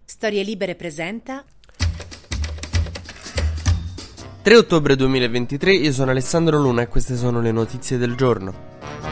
Storie Libere presenta 3 ottobre 2023, io sono Alessandro Luna e queste sono le notizie del giorno.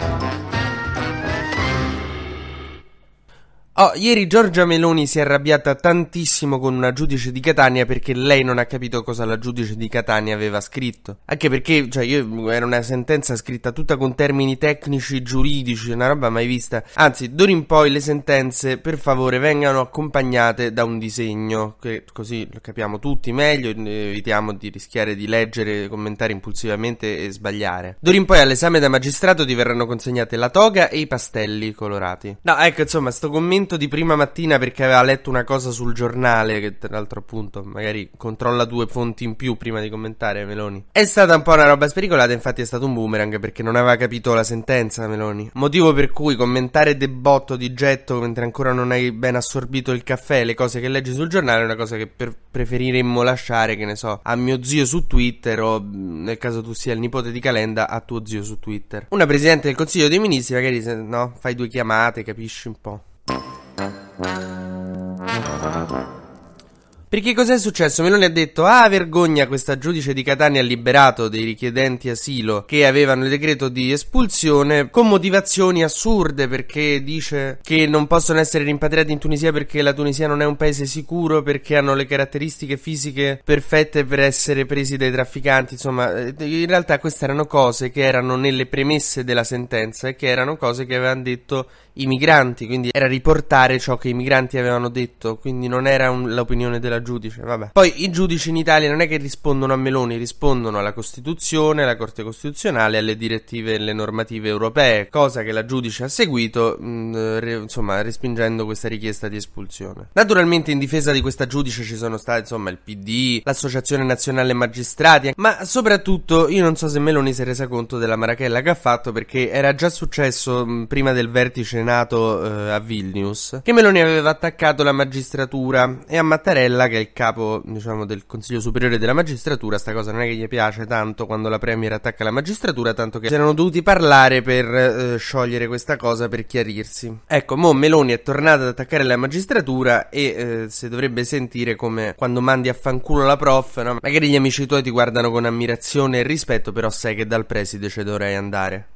Ieri Giorgia Meloni si è arrabbiata tantissimo con una giudice di Catania perché lei non ha capito cosa la giudice di Catania aveva scritto. Anche perché, era una sentenza scritta tutta con termini tecnici, giuridici, una roba mai vista. Anzi, d'ora in poi le sentenze, per favore, vengano accompagnate da un disegno, che così lo capiamo tutti meglio, evitiamo di rischiare di leggere, commentare impulsivamente e sbagliare. D'ora in poi all'esame da magistrato ti verranno consegnate la toga e i pastelli colorati. No, ecco, insomma, sto commento di prima mattina perché aveva letto una cosa sul giornale, che tra l'altro appunto magari controlla 2 fonti in più prima di commentare Meloni. È stata un po' una roba spericolata, infatti è stato un boomerang perché non aveva capito la sentenza Meloni. Motivo per cui commentare de botto di getto mentre ancora non hai ben assorbito il caffè e le cose che leggi sul giornale è una cosa che preferiremmo lasciare, che ne so, a mio zio su Twitter o, nel caso tu sia il nipote di Calenda, a tuo zio su Twitter. Una presidente del Consiglio dei Ministri magari fai 2 chiamate, capisci un po'. Perché cos'è successo? Meloni ha detto: vergogna, questa giudice di Catania ha liberato dei richiedenti asilo che avevano il decreto di espulsione con motivazioni assurde, perché dice che non possono essere rimpatriati in Tunisia perché la Tunisia non è un paese sicuro, perché hanno le caratteristiche fisiche perfette per essere presi dai trafficanti. Insomma, in realtà queste erano cose che erano nelle premesse della sentenza e che erano cose che avevano detto i migranti, quindi era riportare ciò che i migranti avevano detto, quindi non era l'opinione della giudice, vabbè. Poi i giudici in Italia non è che rispondono a Meloni, rispondono alla Costituzione, alla Corte Costituzionale, alle direttive e alle normative europee, cosa che la giudice ha seguito, respingendo questa richiesta di espulsione. Naturalmente in difesa di questa giudice ci sono stati, il PD, l'Associazione Nazionale Magistrati, ma soprattutto io non so se Meloni si è resa conto della marachella che ha fatto, perché era già successo prima del vertice nato a Vilnius, che Meloni aveva attaccato la magistratura, e a Mattarella, che è il capo, del Consiglio Superiore della Magistratura, sta cosa non è che gli piace tanto quando la Premier attacca la magistratura, tanto che si erano dovuti parlare per sciogliere questa cosa, per chiarirsi. Ecco, mo Meloni è tornata ad attaccare la magistratura e si dovrebbe sentire come quando mandi a fanculo la prof, no? Magari gli amici tuoi ti guardano con ammirazione e rispetto, però sai che dal preside ci dovrei andare.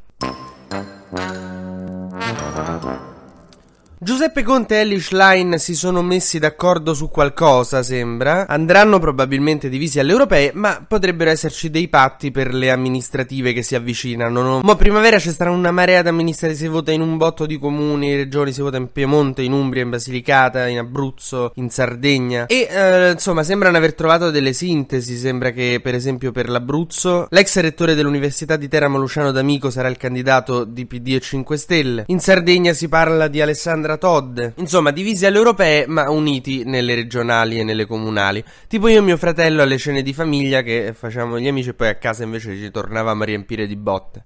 Giuseppe Conte e Elly Schlein si sono messi d'accordo su qualcosa, sembra. Andranno probabilmente divisi alle europee, ma potrebbero esserci dei patti per le amministrative che si avvicinano, no? Mo' a primavera c'è stata una marea di amministrative, si vota in un botto di comuni, regioni, si vota in Piemonte, in Umbria, in Basilicata, in Abruzzo, in Sardegna e sembrano aver trovato delle sintesi. Sembra che per esempio per l'Abruzzo l'ex rettore dell'Università di Teramo Luciano D'Amico sarà il candidato di PD e 5 Stelle. In Sardegna si parla di Alessandra Todde. Insomma, divisi alle europee ma uniti nelle regionali e nelle comunali. Tipo io e mio fratello alle cene di famiglia che facevamo gli amici e poi a casa invece ci tornavamo a riempire di botte.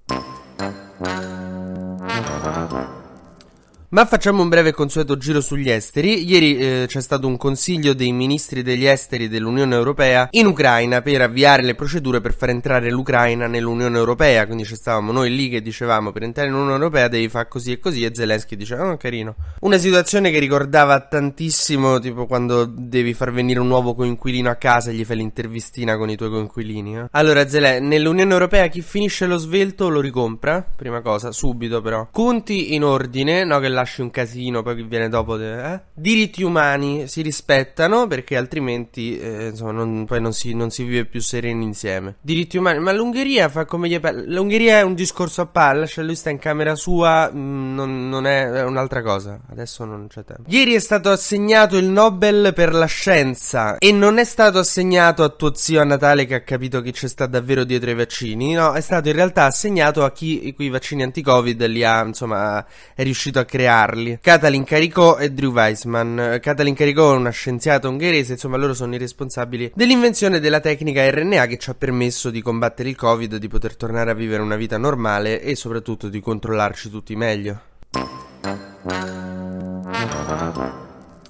Ma facciamo un breve e consueto giro sugli esteri. Ieri c'è stato un consiglio dei ministri degli esteri dell'Unione Europea in Ucraina per avviare le procedure per far entrare l'Ucraina nell'Unione Europea. Quindi ci stavamo noi lì che dicevamo: per entrare nell'Unione Europea devi fare così e così, e Zelensky diceva: carino. Una situazione che ricordava tantissimo tipo quando devi far venire un nuovo coinquilino a casa e gli fai l'intervistina con i tuoi coinquilini. Allora nell'Unione Europea chi finisce lo svelto lo ricompra, prima cosa, subito però. Conti in ordine, no, che lasci un casino, poi chi viene dopo Diritti umani si rispettano, perché altrimenti non si vive più sereni insieme. Diritti umani, ma l'Ungheria fa come gli pare. L'Ungheria è un discorso a palla, cioè lui sta in camera sua, non è un'altra cosa. Adesso non c'è tempo. Ieri è stato assegnato il Nobel per la scienza e non è stato assegnato a tuo zio a Natale che ha capito chi c'è sta davvero dietro i vaccini, no, è stato in realtà assegnato a chi quei vaccini anti-Covid li ha, è riuscito a creare. Katalin Karikó e Drew Weissman. Katalin Karikó è una scienziata ungherese, loro sono i responsabili dell'invenzione della tecnica RNA che ci ha permesso di combattere il Covid, di poter tornare a vivere una vita normale e soprattutto di controllarci tutti meglio.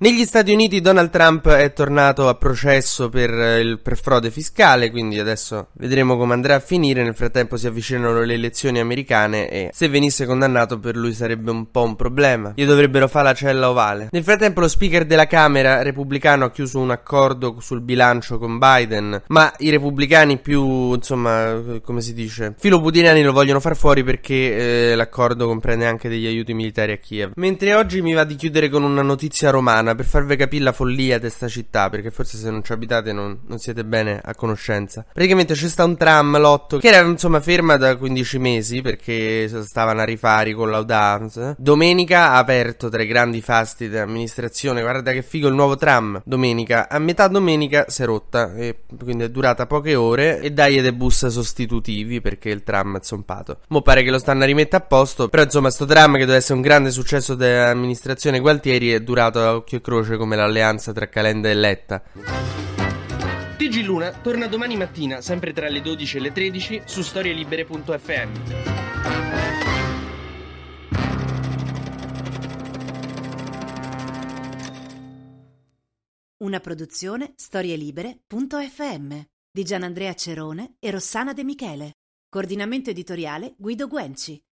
Negli Stati Uniti Donald Trump è tornato a processo per frode fiscale, quindi adesso vedremo come andrà a finire. Nel frattempo si avvicinano le elezioni americane e se venisse condannato per lui sarebbe un po' un problema. Gli dovrebbero fare la cella ovale. Nel frattempo lo speaker della Camera repubblicano ha chiuso un accordo sul bilancio con Biden, ma i repubblicani più, insomma, come si dice, filoputiniani lo vogliono far fuori perché l'accordo comprende anche degli aiuti militari a Kiev. Mentre oggi mi va di chiudere con una notizia romana per farvi capire la follia di sta città, perché forse se non ci abitate non siete bene a conoscenza. Praticamente c'è sta un tram lotto che era insomma ferma da 15 mesi perché stavano a rifari collaudato. Domenica ha aperto tra i grandi fasti dell'amministrazione. Guarda che figo il nuovo tram. Domenica, a metà domenica si è rotta e quindi è durata poche ore e dai dei bus sostitutivi perché il tram è zompato. Mo pare che lo stanno a rimettere a posto, però insomma sto tram che doveva essere un grande successo dell'amministrazione Gualtieri è durato a occhio e croce come l'alleanza tra Calenda e Letta. TG Luna torna domani mattina, sempre tra le 12 e le 13, su storielibere.fm. Una produzione storielibere.fm di Gianandrea Cerone e Rossana De Michele. Coordinamento editoriale Guido Guenci.